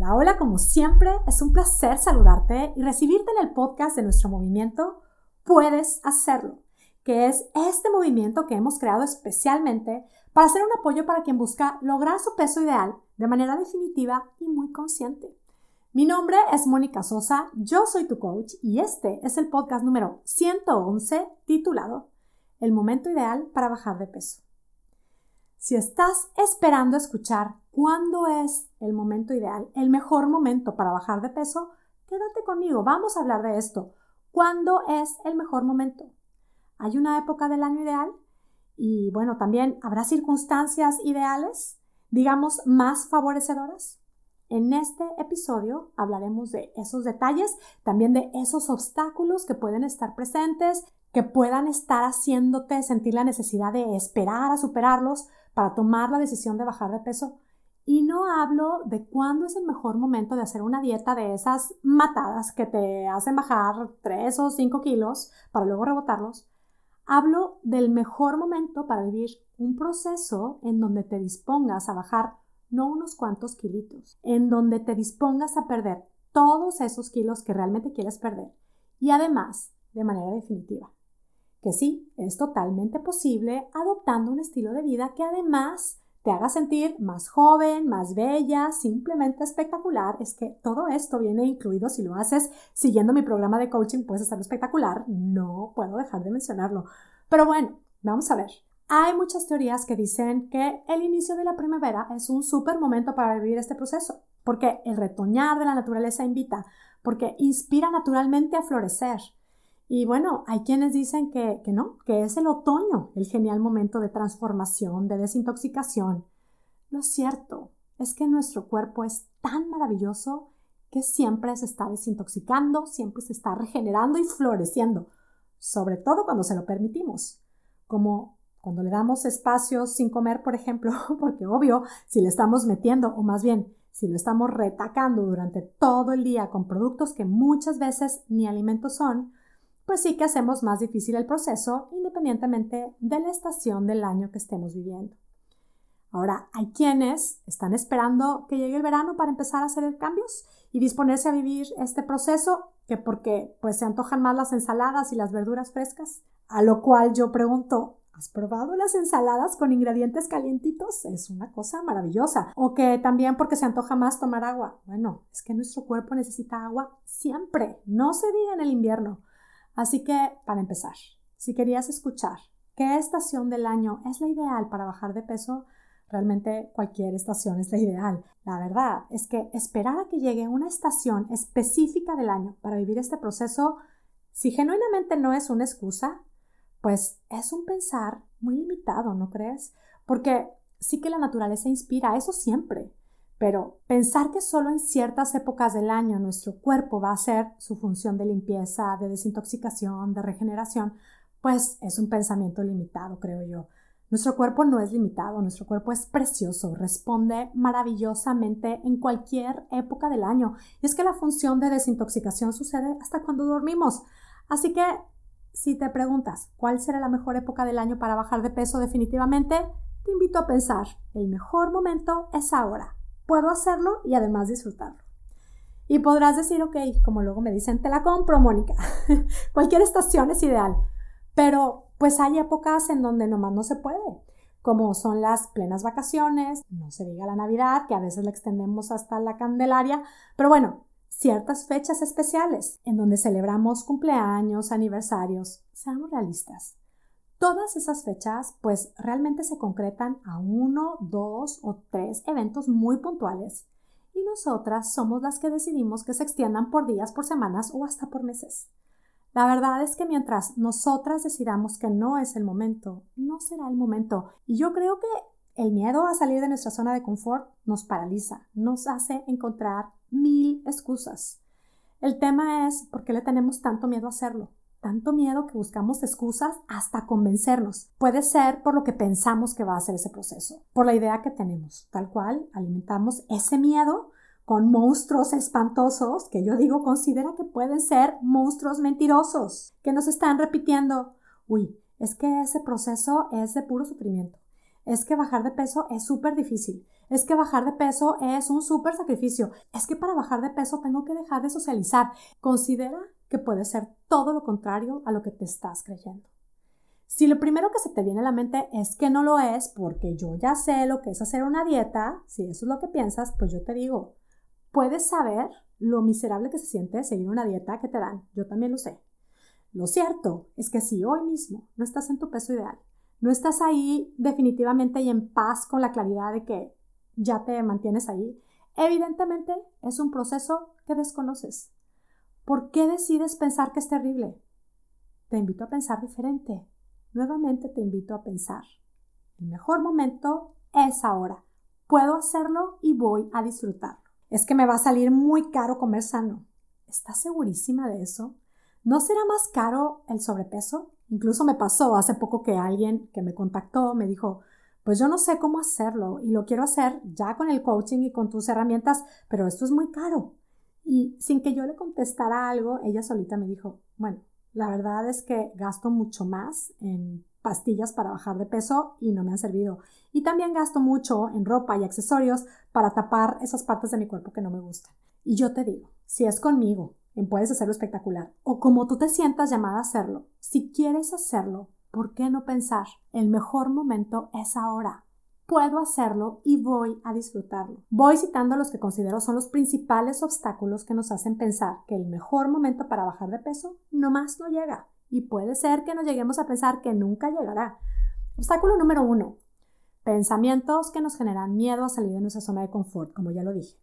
Hola, hola, como siempre, es un placer saludarte y recibirte en el podcast de nuestro movimiento Puedes Hacerlo, que es este movimiento que hemos creado especialmente para hacer un apoyo para quien busca lograr su peso ideal de manera definitiva y muy consciente. Mi nombre es Mónica Sosa, yo soy tu coach y este es el podcast número 111 titulado El momento ideal para bajar de peso. Si estás esperando escuchar cuándo es el momento ideal, el mejor momento para bajar de peso, quédate conmigo, vamos a hablar de esto. ¿Cuándo es el mejor momento? ¿Hay una época del año ideal? Y bueno, también habrá circunstancias ideales, digamos, más favorecedoras. En este episodio hablaremos de esos detalles, también de esos obstáculos que pueden estar presentes, que puedan estar haciéndote sentir la necesidad de esperar a superarlos para tomar la decisión de bajar de peso. Y no hablo de cuándo es el mejor momento de hacer una dieta de esas matadas que te hacen bajar 3 o 5 kilos para luego rebotarlos. Hablo del mejor momento para vivir un proceso en donde te dispongas a bajar no unos cuantos kilitos, en donde te dispongas a perder todos esos kilos que realmente quieres perder y además de manera definitiva. Que sí, es totalmente posible adoptando un estilo de vida que además te haga sentir más joven, más bella, simplemente espectacular. Es que todo esto viene incluido si lo haces siguiendo mi programa de coaching, puedes estar espectacular. No puedo dejar de mencionarlo. Pero bueno, vamos a ver. Hay muchas teorías que dicen que el inicio de la primavera es un súper momento para vivir este proceso, porque el retoñar de la naturaleza invita, porque inspira naturalmente a florecer. Y bueno, hay quienes dicen que no, que es el otoño el genial momento de transformación, de desintoxicación. Lo cierto es que nuestro cuerpo es tan maravilloso que siempre se está desintoxicando, siempre se está regenerando y floreciendo, sobre todo cuando se lo permitimos, como cuando le damos espacios sin comer, por ejemplo, porque obvio, si le estamos metiendo, o más bien, si lo estamos retacando durante todo el día con productos que muchas veces ni alimentos son, pues sí que hacemos más difícil el proceso independientemente de la estación del año que estemos viviendo. Ahora, hay quienes están esperando que llegue el verano para empezar a hacer cambios y disponerse a vivir este proceso, que porque pues se antojan más las ensaladas y las verduras frescas, a lo cual yo pregunto, ¿has probado las ensaladas con ingredientes calientitos? Es una cosa maravillosa. O que también porque se antoja más tomar agua. Bueno, es que nuestro cuerpo necesita agua siempre, no se diga en el invierno. Así que, para empezar, si querías escuchar qué estación del año es la ideal para bajar de peso, realmente cualquier estación es la ideal. La verdad es que esperar a que llegue una estación específica del año para vivir este proceso, si genuinamente no es una excusa, pues es un pensar muy limitado, ¿no crees? Porque sí que la naturaleza inspira, eso siempre. Pero pensar que solo en ciertas épocas del año nuestro cuerpo va a hacer su función de limpieza, de desintoxicación, de regeneración, pues es un pensamiento limitado, creo yo. Nuestro cuerpo no es limitado, nuestro cuerpo es precioso, responde maravillosamente en cualquier época del año. Y es que la función de desintoxicación sucede hasta cuando dormimos. Así que, si te preguntas cuál será la mejor época del año para bajar de peso definitivamente, te invito a pensar, el mejor momento es ahora. Puedo hacerlo y además disfrutarlo. Y podrás decir, ok, como luego me dicen, te la compro, Mónica. Cualquier estación es ideal. Pero pues hay épocas en donde nomás no se puede, como son las plenas vacaciones, no se diga la Navidad, que a veces la extendemos hasta la Candelaria, pero bueno, ciertas fechas especiales en donde celebramos cumpleaños, aniversarios, seamos realistas. Todas esas fechas pues realmente se concretan a 1, 2 o 3 eventos muy puntuales y nosotras somos las que decidimos que se extiendan por días, por semanas o hasta por meses. La verdad es que mientras nosotras decidamos que no es el momento, no será el momento. Y yo creo que el miedo a salir de nuestra zona de confort nos paraliza, nos hace encontrar 1000 excusas. El tema es por qué le tenemos tanto miedo a hacerlo. Tanto miedo que buscamos excusas hasta convencernos. Puede ser por lo que pensamos que va a ser ese proceso, por la idea que tenemos. Tal cual, alimentamos ese miedo con monstruos espantosos que yo digo, considera que pueden ser monstruos mentirosos, que nos están repitiendo, uy, es que ese proceso es de puro sufrimiento. Es que bajar de peso es súper difícil. Es que bajar de peso es un súper sacrificio. Es que para bajar de peso tengo que dejar de socializar. Considera que puede ser todo lo contrario a lo que te estás creyendo. Si lo primero que se te viene a la mente es que no lo es porque yo ya sé lo que es hacer una dieta, si eso es lo que piensas, pues yo te digo, puedes saber lo miserable que se siente seguir una dieta que te dan. Yo también lo sé. Lo cierto es que si hoy mismo no estás en tu peso ideal, no estás ahí definitivamente y en paz con la claridad de que ya te mantienes ahí, evidentemente es un proceso que desconoces. ¿Por qué decides pensar que es terrible? Te invito a pensar diferente. Nuevamente te invito a pensar. El mejor momento es ahora. Puedo hacerlo y voy a disfrutarlo. Es que me va a salir muy caro comer sano. ¿Estás segurísima de eso? ¿No será más caro el sobrepeso? Incluso me pasó hace poco que alguien que me contactó me dijo, pues yo no sé cómo hacerlo y lo quiero hacer ya con el coaching y con tus herramientas, pero esto es muy caro. Y sin que yo le contestara algo, ella solita me dijo, bueno, la verdad es que gasto mucho más en pastillas para bajar de peso y no me han servido. Y también gasto mucho en ropa y accesorios para tapar esas partes de mi cuerpo que no me gustan. Y yo te digo, si es conmigo, puedes hacerlo espectacular. O como tú te sientas llamada a hacerlo, si quieres hacerlo, ¿por qué no pensar? El mejor momento es ahora. Puedo hacerlo y voy a disfrutarlo. Voy citando los que considero son los principales obstáculos que nos hacen pensar que el mejor momento para bajar de peso nomás no llega. Y puede ser que no lleguemos a pensar que nunca llegará. Obstáculo número 1. Pensamientos que nos generan miedo a salir de nuestra zona de confort, como ya lo dije.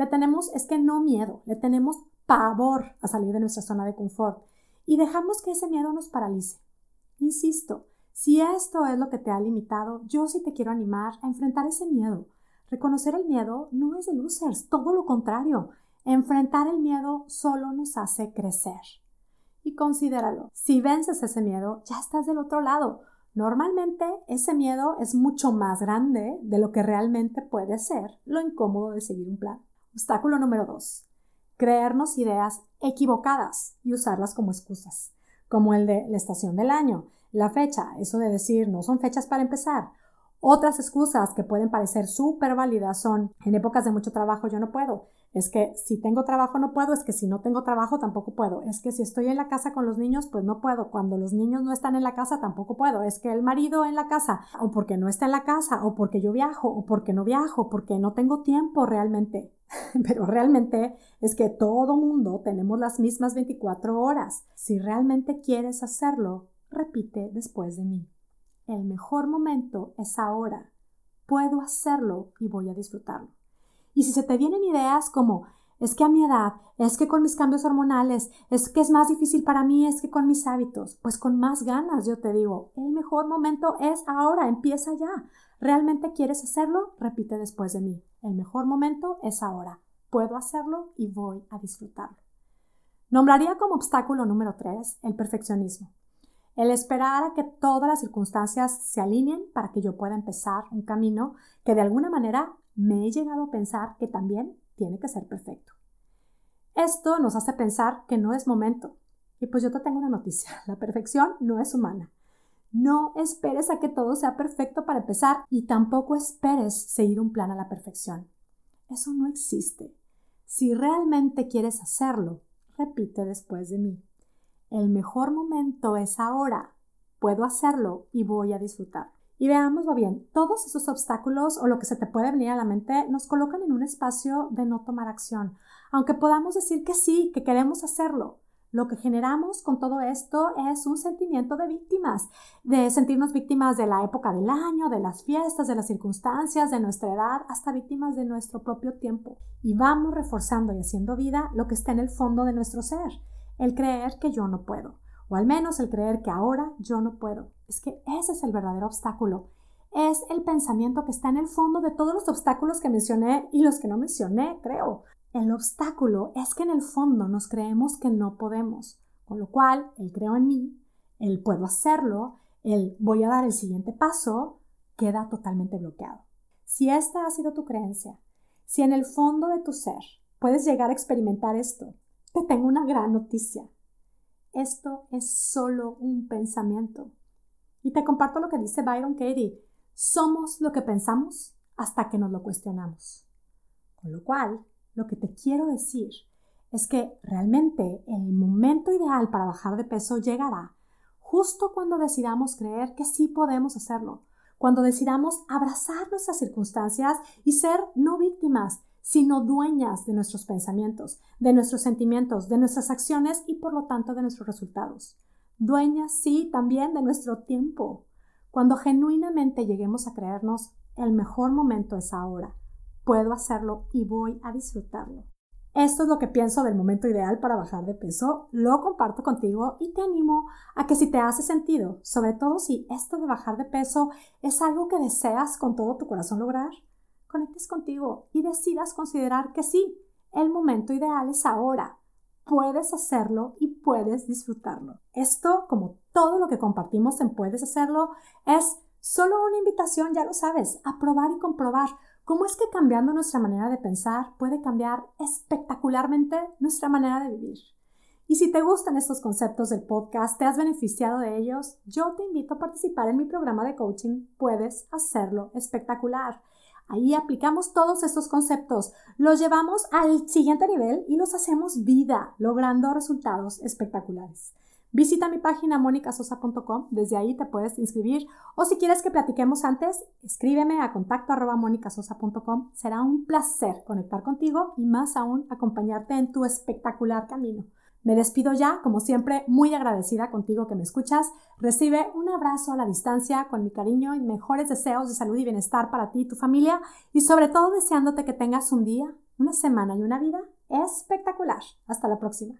Es que no miedo, le tenemos pavor a salir de nuestra zona de confort y dejamos que ese miedo nos paralice. Insisto, si esto es lo que te ha limitado, yo sí te quiero animar a enfrentar ese miedo. Reconocer el miedo no es de losers, todo lo contrario. Enfrentar el miedo solo nos hace crecer. Y considéralo, si vences ese miedo, ya estás del otro lado. Normalmente ese miedo es mucho más grande de lo que realmente puede ser lo incómodo de seguir un plan. Obstáculo número 2. Creernos ideas equivocadas y usarlas como excusas, como el de la estación del año, la fecha, eso de decir no son fechas para empezar. Otras excusas que pueden parecer súper válidas son en épocas de mucho trabajo yo no puedo, es que si tengo trabajo no puedo, es que si no tengo trabajo tampoco puedo, es que si estoy en la casa con los niños pues no puedo, cuando los niños no están en la casa tampoco puedo, es que el marido en la casa o porque no está en la casa o porque yo viajo o porque no viajo, porque no tengo tiempo realmente. Pero realmente es que todo mundo tenemos las mismas 24 horas. Si realmente quieres hacerlo, repite después de mí. El mejor momento es ahora. Puedo hacerlo y voy a disfrutarlo. Y si se te vienen ideas como, es que a mi edad, es que con mis cambios hormonales, es que es más difícil para mí, es que con mis hábitos, pues con más ganas yo te digo, el mejor momento es ahora, empieza ya. ¿Realmente quieres hacerlo? Repite después de mí. El mejor momento es ahora. Puedo hacerlo y voy a disfrutarlo. Nombraría como obstáculo número 3 el perfeccionismo. El esperar a que todas las circunstancias se alineen para que yo pueda empezar un camino que de alguna manera me he llegado a pensar que también tiene que ser perfecto. Esto nos hace pensar que no es momento. Y pues yo te tengo una noticia, la perfección no es humana. No esperes a que todo sea perfecto para empezar y tampoco esperes seguir un plan a la perfección. Eso no existe. Si realmente quieres hacerlo, repite después de mí. El mejor momento es ahora. Puedo hacerlo y voy a disfrutar. Y veámoslo bien, todos esos obstáculos o lo que se te puede venir a la mente nos colocan en un espacio de no tomar acción. Aunque podamos decir que sí, que queremos hacerlo, lo que generamos con todo esto es un sentimiento de víctimas, de sentirnos víctimas de la época del año, de las fiestas, de las circunstancias, de nuestra edad, hasta víctimas de nuestro propio tiempo. Y vamos reforzando y haciendo vida lo que está en el fondo de nuestro ser, el creer que yo no puedo. O al menos el creer que ahora yo no puedo. Es que ese es el verdadero obstáculo. Es el pensamiento que está en el fondo de todos los obstáculos que mencioné y los que no mencioné, creo. El obstáculo es que en el fondo nos creemos que no podemos. Con lo cual, el creo en mí, el puedo hacerlo, el voy a dar el siguiente paso, queda totalmente bloqueado. Si esta ha sido tu creencia, si en el fondo de tu ser puedes llegar a experimentar esto, te tengo una gran noticia. Esto es solo un pensamiento. Y te comparto lo que dice Byron Katie. Somos lo que pensamos, hasta que nos lo cuestionamos. Con lo cual, lo que te quiero decir es que realmente el momento ideal para bajar de peso llegará justo cuando decidamos creer que sí podemos hacerlo, cuando decidamos abrazar nuestras circunstancias y ser no víctimas, sino dueñas de nuestros pensamientos, de nuestros sentimientos, de nuestras acciones y por lo tanto de nuestros resultados. Dueñas, sí, también de nuestro tiempo. Cuando genuinamente lleguemos a creernos, el mejor momento es ahora. Puedo hacerlo y voy a disfrutarlo. Esto es lo que pienso del momento ideal para bajar de peso. Lo comparto contigo y te animo a que si te hace sentido, sobre todo si esto de bajar de peso es algo que deseas con todo tu corazón lograr, conectes contigo y decidas considerar que sí, el momento ideal es ahora. Puedes hacerlo y puedes disfrutarlo. Esto, como todo lo que compartimos en Puedes Hacerlo, es solo una invitación, ya lo sabes, a probar y comprobar cómo es que cambiando nuestra manera de pensar puede cambiar espectacularmente nuestra manera de vivir. Y si te gustan estos conceptos del podcast, te has beneficiado de ellos, yo te invito a participar en mi programa de coaching Puedes Hacerlo Espectacular. Ahí aplicamos todos estos conceptos, los llevamos al siguiente nivel y los hacemos vida, logrando resultados espectaculares. Visita mi página monicasosa.com, desde ahí te puedes inscribir o si quieres que platiquemos antes, escríbeme a contacto@monicasosa.com. Será un placer conectar contigo y más aún acompañarte en tu espectacular camino. Me despido ya, como siempre, muy agradecida contigo que me escuchas. Recibe un abrazo a la distancia con mi cariño y mejores deseos de salud y bienestar para ti y tu familia y sobre todo deseándote que tengas un día, una semana y una vida espectacular. Hasta la próxima.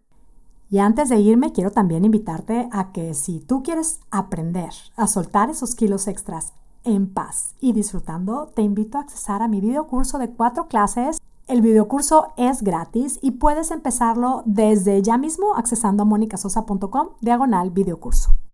Y antes de irme, quiero también invitarte a que si tú quieres aprender a soltar esos kilos extras en paz y disfrutando, te invito a accesar a mi videocurso de 4 clases. El videocurso es gratis y puedes empezarlo desde ya mismo accesando a monicasosa.com/videocurso.